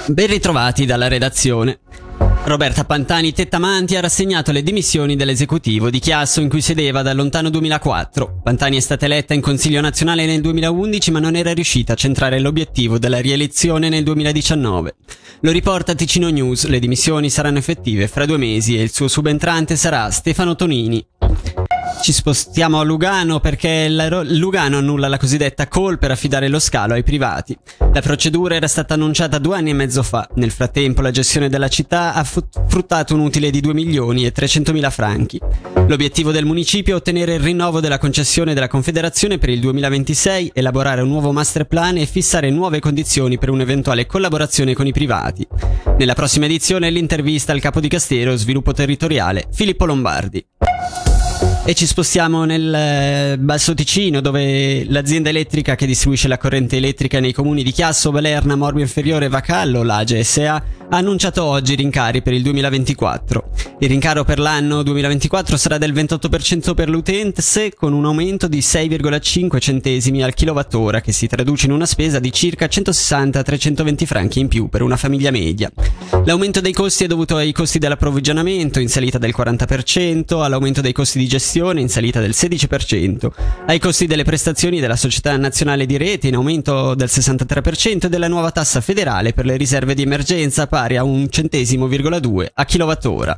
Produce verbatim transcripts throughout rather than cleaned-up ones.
Ben ritrovati dalla redazione. Roberta Pantani Tettamanti ha rassegnato le dimissioni dell'esecutivo di Chiasso in cui sedeva dal lontano duemilaquattro. Pantani è stata eletta in Consiglio nazionale nel duemilaundici ma non era riuscita a centrare l'obiettivo della rielezione nel duemiladiciannove. Lo riporta Ticino News, le dimissioni saranno effettive fra due mesi e il suo subentrante sarà Stefano Tonini. Ci spostiamo a Lugano perché Lugano annulla la cosiddetta call per affidare lo scalo ai privati. La procedura era stata annunciata due anni e mezzo fa. Nel frattempo la gestione della città ha fruttato un utile di due milioni e trecentomila franchi. L'obiettivo del municipio è ottenere il rinnovo della concessione della Confederazione per il duemilaventisei, elaborare un nuovo master plan e fissare nuove condizioni per un'eventuale collaborazione con i privati. Nella prossima edizione l'intervista al capo di Castero Sviluppo Territoriale, Filippo Lombardi. E ci spostiamo nel eh, Basso Ticino, dove l'azienda elettrica che distribuisce la corrente elettrica nei comuni di Chiasso, Valerna, Morbio Inferiore e Vacallo, l'A G E S A, ha annunciato oggi i rincari per il duemilaventiquattro. Il rincaro per l'anno duemilaventiquattro sarà del ventotto per cento per l'utente, con un aumento di sei virgola cinque centesimi al kilowattora, che si traduce in una spesa di circa centosessanta a trecentoventi franchi in più per una famiglia media. L'aumento dei costi è dovuto ai costi dell'approvvigionamento, in salita del quaranta per cento, all'aumento dei costi di gestione, in salita del sedici per cento, ai costi delle prestazioni della Società Nazionale di Rete, in aumento del sessantatré per cento, e della nuova tassa federale per le riserve di emergenza pari a un centesimo virgola due a kilowattora.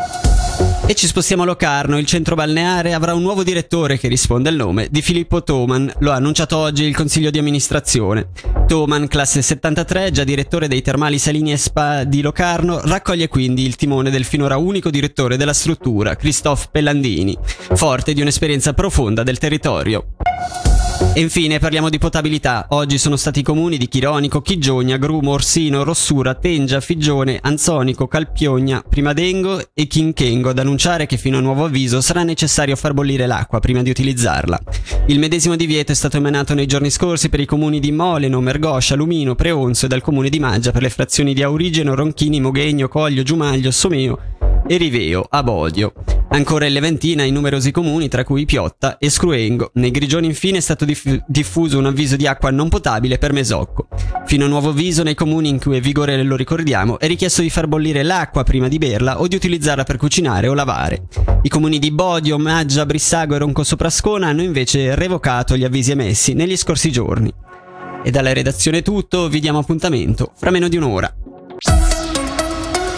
E ci spostiamo a Locarno. Il centro balneare avrà un nuovo direttore che risponde al nome di Filippo Thoman. Lo ha annunciato oggi il consiglio di amministrazione. Thoman, classe settantatré, già direttore dei termali Salini e Spa di Locarno, raccoglie quindi il timone del finora unico direttore della struttura, Christophe Pellandini, forte di un'esperienza profonda del territorio. E infine parliamo di potabilità. Oggi sono stati i comuni di Chironico, Chigiogna, Grumo, Orsino, Rossura, Tengia, Figione, Anzonico, Calpiogna, Primadengo e Chinchengo ad annunciare che fino a nuovo avviso sarà necessario far bollire l'acqua prima di utilizzarla. Il medesimo divieto è stato emanato nei giorni scorsi per i comuni di Moleno, Mergoscia, Lumino, Preonzo e dal comune di Maggia per le frazioni di Aurigeno, Ronchini, Moghegno, Coglio, Giumaglio, Someo e Riveo a Bodio. Ancora in Leventina i numerosi comuni, tra cui Piotta e Scruengo. Nei Grigioni infine è stato diff- diffuso un avviso di acqua non potabile per Mesocco. Fino a nuovo avviso nei comuni in cui è vigore, lo ricordiamo, è richiesto di far bollire l'acqua prima di berla o di utilizzarla per cucinare o lavare. I comuni di Bodio, Maggia, Brissago e Ronco Soprascona hanno invece revocato gli avvisi emessi negli scorsi giorni. E dalla redazione è tutto, vi diamo appuntamento fra meno di un'ora.